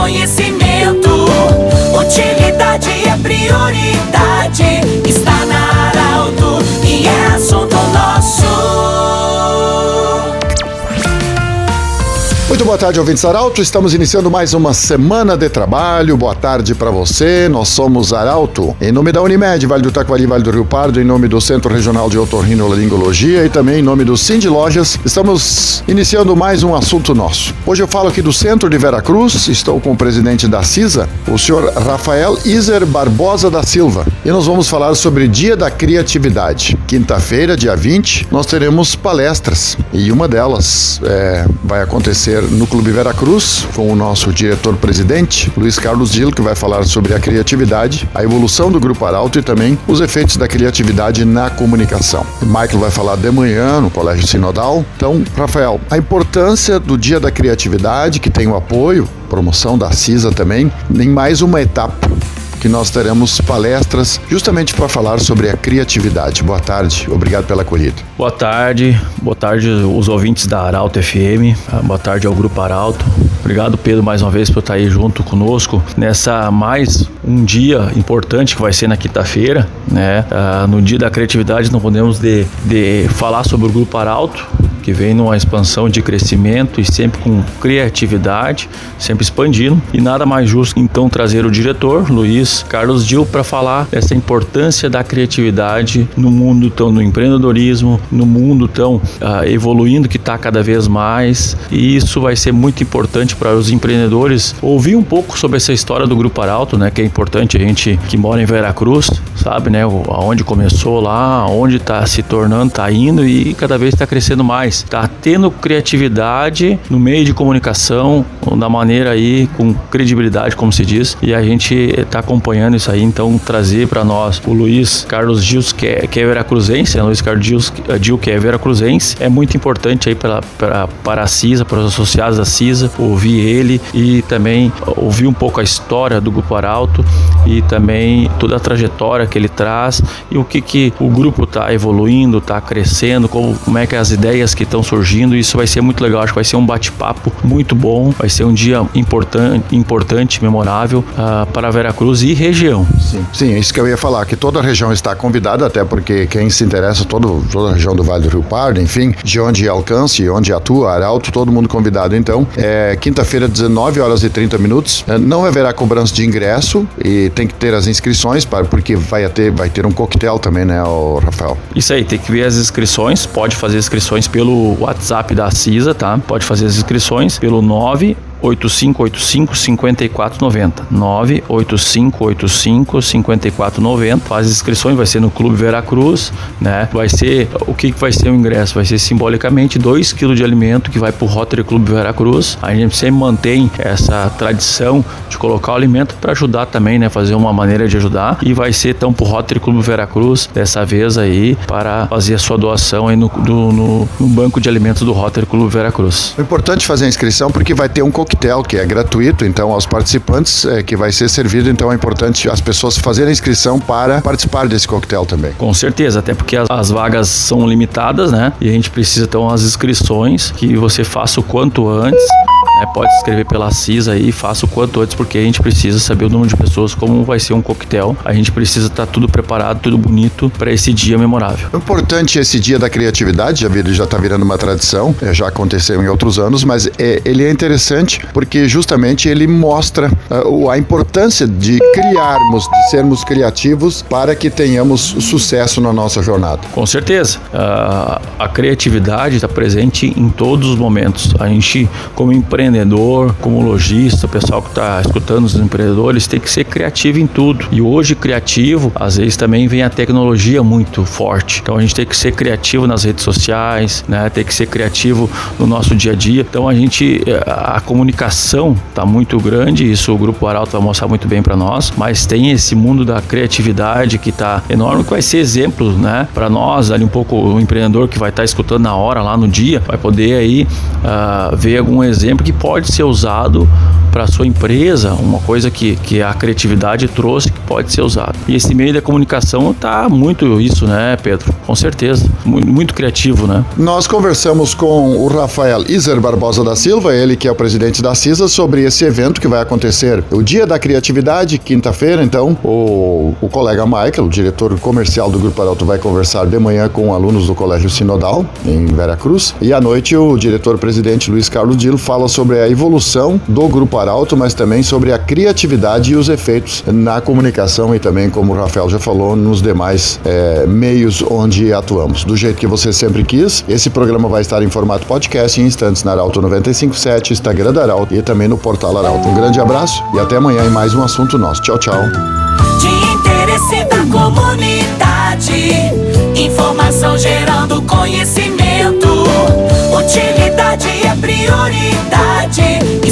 conhecimento. Utilidade é prioridade. Está na Arauto e é assunto nosso. Muito boa tarde, ouvintes Arauto. Estamos iniciando mais uma semana de trabalho. Boa tarde para você. Nós somos Arauto. Em nome da Unimed, Vale do Taquari, Vale do Rio Pardo, em nome do Centro Regional de Otorrinolaringologia e também em nome do Cindy Lojas, estamos iniciando mais um assunto nosso. Hoje eu falo aqui do centro de Veracruz. Estou com o presidente da CISA, o senhor Rafael Iser Barbosa da Silva. E nós vamos falar sobre Dia da Criatividade. Quinta-feira, dia 20, nós teremos palestras. E uma delas vai acontecer no Clube Veracruz, com o nosso diretor-presidente, Luiz Carlos Gil, que vai falar sobre a criatividade, a evolução do Grupo Arauto e também os efeitos da criatividade na comunicação. O Michael vai falar de manhã no Colégio Sinodal. Então, Rafael, a importância do Dia da Criatividade, que tem o apoio, promoção da CISA também, em mais uma etapa que nós teremos palestras justamente para falar sobre a criatividade. Boa tarde, obrigado pela acolhida. Boa tarde os ouvintes da Arauto FM, boa tarde ao Grupo Arauto. Obrigado, Pedro, mais uma vez por estar aí junto conosco nessa mais um dia importante que vai ser na quinta-feira, né? No Dia da Criatividade não podemos de falar sobre o Grupo Arauto, que vem numa expansão de crescimento e sempre com criatividade, sempre expandindo. E nada mais justo então trazer o diretor, Luiz Carlos Gil, para falar dessa importância da criatividade no mundo tão do empreendedorismo, no mundo tão evoluindo que está cada vez mais. E isso vai ser muito importante para os empreendedores ouvir um pouco sobre essa história do Grupo Arauto, né? Que é importante a gente que mora em Veracruz, sabe, né? Aonde começou lá, aonde está se tornando, está indo e cada vez está crescendo mais. Está tendo criatividade no meio de comunicação, da maneira aí, com credibilidade, como se diz, e a gente está acompanhando isso aí. Então trazer para nós o Luiz Carlos Gil, que é veracruzense, né? Luiz Carlos Gil, que é veracruzense, é muito importante aí para a CISA, para os associados da CISA, ouvir ele e também ouvir um pouco a história do Grupo Arauto e também toda a trajetória que ele traz e o que o grupo está evoluindo, está crescendo, como é que as ideias que estão surgindo. Isso vai ser muito legal, acho que vai ser um bate-papo muito bom, vai ser um dia importante, memorável para Veracruz e região. Sim, isso que eu ia falar, que toda a região está convidada, até porque quem se interessa, toda a região do Vale do Rio Pardo, enfim, de onde alcance, onde atua Arauto, todo mundo convidado. Então, quinta-feira, 19h30, não haverá cobrança de ingresso e tem que ter as inscrições, porque vai ter um coquetel também, né, Rafael? Isso aí, tem que ver as inscrições, pode fazer inscrições pelo WhatsApp da CISA, tá? Pode fazer as inscrições pelo 98585-5490. 98585-5490. Faz inscrições, vai ser no Clube Veracruz, né? Vai ser, o que vai ser o ingresso? Vai ser simbolicamente 2 kg de alimento que vai pro Rotary Clube Veracruz. A gente sempre mantém essa tradição de colocar o alimento para ajudar também, né? Fazer uma maneira de ajudar. E vai ser então pro Rotary Clube Veracruz, dessa vez aí, para fazer a sua doação aí no banco de alimentos do Rotary Clube Veracruz. É importante fazer a inscrição porque vai ter um coquetel que é gratuito, então aos participantes que vai ser servido, então é importante as pessoas fazerem a inscrição para participar desse coquetel também. Com certeza, até porque as vagas são limitadas, né? E a gente precisa então as inscrições que você faça o quanto antes. Pode se inscrever pela CISA aí, faça o quanto antes, porque a gente precisa saber o número de pessoas, como vai ser um coquetel. A gente precisa estar tudo preparado, tudo bonito para esse dia memorável. É importante esse Dia da Criatividade, já está virando uma tradição, já aconteceu em outros anos, mas ele é interessante porque justamente ele mostra a importância de criarmos, de sermos criativos para que tenhamos sucesso na nossa jornada. Com certeza. A criatividade está presente em todos os momentos. A gente, como empreendedor, como lojista, o pessoal que está escutando os empreendedores, tem que ser criativo em tudo. E hoje, criativo, às vezes também vem a tecnologia muito forte. Então a gente tem que ser criativo nas redes sociais, né? Tem que ser criativo no nosso dia a dia. Então a comunicação está muito grande, isso o Grupo Arauto vai mostrar muito bem para nós, mas tem esse mundo da criatividade que está enorme, que vai ser exemplo, né? Para nós, ali um pouco o empreendedor que vai estar escutando na hora, lá no dia, vai poder aí ver algum exemplo que pode ser usado para a sua empresa, uma coisa que a criatividade trouxe que pode ser usado. E esse meio da comunicação tá muito isso, né, Pedro? Com certeza. Muito criativo, né? Nós conversamos com o Rafael Iser Barbosa da Silva, ele que é o presidente da CISA, sobre esse evento que vai acontecer o Dia da Criatividade, quinta-feira. Então, o colega Michael, o diretor comercial do Grupo Arauto, vai conversar de manhã com alunos do Colégio Sinodal, em Veracruz. E à noite, o diretor-presidente Luiz Carlos Dilo fala sobre a evolução do Grupo Arauto, mas também sobre a criatividade e os efeitos na comunicação e também, como o Rafael já falou, nos demais meios onde atuamos. Do jeito que você sempre quis, esse programa vai estar em formato podcast em instantes na Arauto 95.7, Instagram da Arauto e também no portal Arauto. Um grande abraço e até amanhã em mais um assunto nosso. Tchau, tchau. De interesse da comunidade, informação gerando conhecimento. Utilidade é prioridade.